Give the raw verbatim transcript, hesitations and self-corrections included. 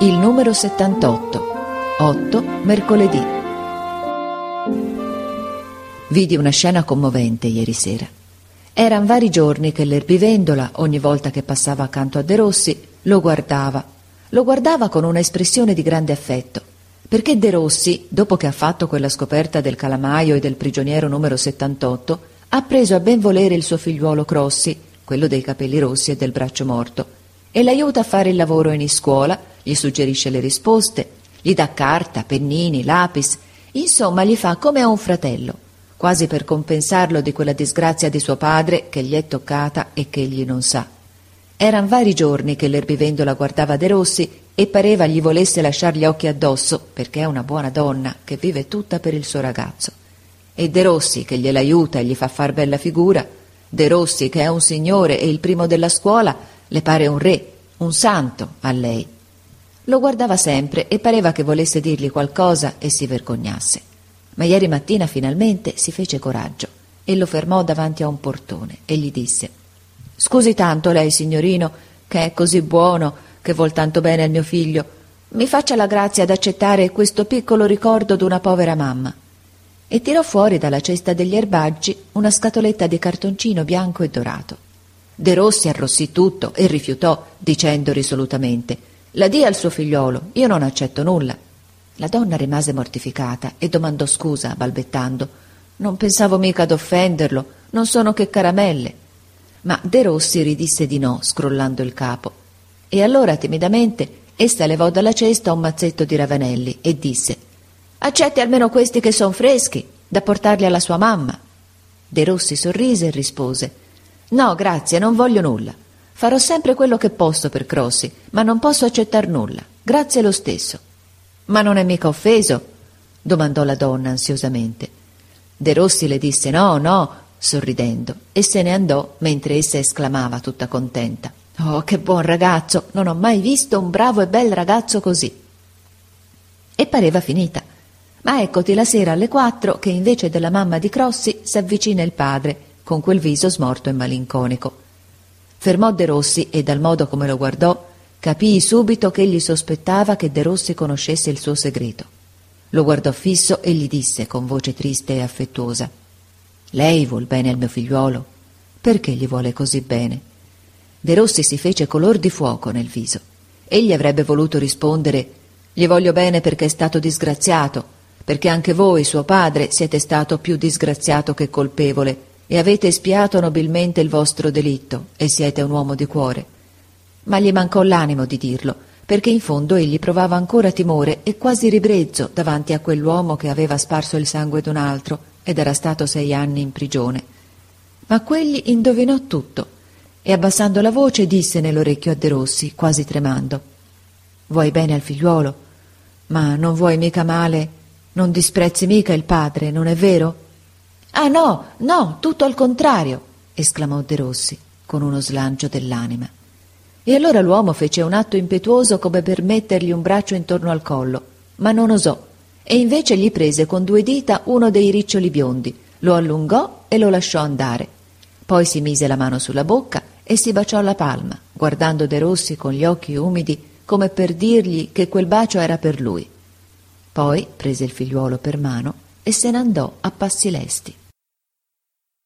Il numero settantotto. otto mercoledì. Vidi una scena commovente ieri sera. Eran vari giorni che l'erbivendola, ogni volta che passava accanto a Derossi, lo guardava. Lo guardava con una espressione di grande affetto, perché Derossi, dopo che ha fatto quella scoperta del calamaio e del prigioniero numero settantotto, ha preso a ben volere il suo figliuolo Crossi, quello dei capelli rossi e del braccio morto, e l'aiuta a fare il lavoro in iscuola, gli suggerisce le risposte, gli dà carta, pennini, lapis, insomma gli fa come a un fratello, quasi per compensarlo di quella disgrazia di suo padre che gli è toccata e che egli non sa. Eran vari giorni che l'erbivendola guardava Derossi e pareva gli volesse lasciar gli occhi addosso, perché è una buona donna che vive tutta per il suo ragazzo. E Derossi che gliel'aiuta e gli fa far bella figura, Derossi che è un signore e il primo della scuola, le pare un re, un santo a lei. Lo guardava sempre e pareva che volesse dirgli qualcosa e si vergognasse. Ma ieri mattina finalmente si fece coraggio e lo fermò davanti a un portone e gli disse: «Scusi tanto lei, signorino, che è così buono, che vuol tanto bene al mio figlio. Mi faccia la grazia d'accettare questo piccolo ricordo d'una povera mamma». E tirò fuori dalla cesta degli erbaggi una scatoletta di cartoncino bianco e dorato. Derossi arrossì tutto e rifiutò, dicendo risolutamente: «La dia al suo figliolo, io non accetto nulla». La donna rimase mortificata e domandò scusa, balbettando: «Non pensavo mica d'offenderlo, non sono che caramelle». Ma Derossi ridisse di no, scrollando il capo. E allora, timidamente, essa levò dalla cesta un mazzetto di ravanelli e disse: «Accetti almeno questi che son freschi, da portarli alla sua mamma». Derossi sorrise e rispose: «No, grazie, non voglio nulla. Farò sempre quello che posso per Crossi, ma non posso accettar nulla. Grazie lo stesso». «Ma non è mica offeso?» domandò la donna ansiosamente. Derossi le disse no, no, sorridendo, e se ne andò mentre essa esclamava tutta contenta: «Oh, che buon ragazzo! Non ho mai visto un bravo e bel ragazzo così!» E pareva finita. Ma eccoti la sera alle quattro che invece della mamma di Crossi s'avvicina il padre, con quel viso smorto e malinconico. Fermò Derossi e dal modo come lo guardò capii subito che egli sospettava che Derossi conoscesse il suo segreto. Lo guardò fisso e gli disse con voce triste e affettuosa: «Lei vuol bene al mio figliuolo? Perché gli vuole così bene?» Derossi si fece color di fuoco nel viso. Egli avrebbe voluto rispondere: «Gli voglio bene perché è stato disgraziato, perché anche voi, suo padre, siete stato più disgraziato che colpevole e avete espiato nobilmente il vostro delitto e siete un uomo di cuore». Ma gli mancò l'animo di dirlo, perché in fondo egli provava ancora timore e quasi ribrezzo davanti a quell'uomo che aveva sparso il sangue d'un altro ed era stato sei anni in prigione. Ma quegli indovinò tutto e, abbassando la voce, disse nell'orecchio a Derossi, quasi tremando: «Vuoi bene al figliuolo, ma non vuoi mica male, non disprezzi mica il padre, non è vero?» «Ah no, no, tutto al contrario!» esclamò Derossi con uno slancio dell'anima. E allora l'uomo fece un atto impetuoso come per mettergli un braccio intorno al collo, ma non osò, e invece gli prese con due dita uno dei riccioli biondi, lo allungò e lo lasciò andare. Poi si mise la mano sulla bocca e si baciò la palma, guardando Derossi con gli occhi umidi come per dirgli che quel bacio era per lui. Poi prese il figliuolo per mano e se ne andò a passi lesti.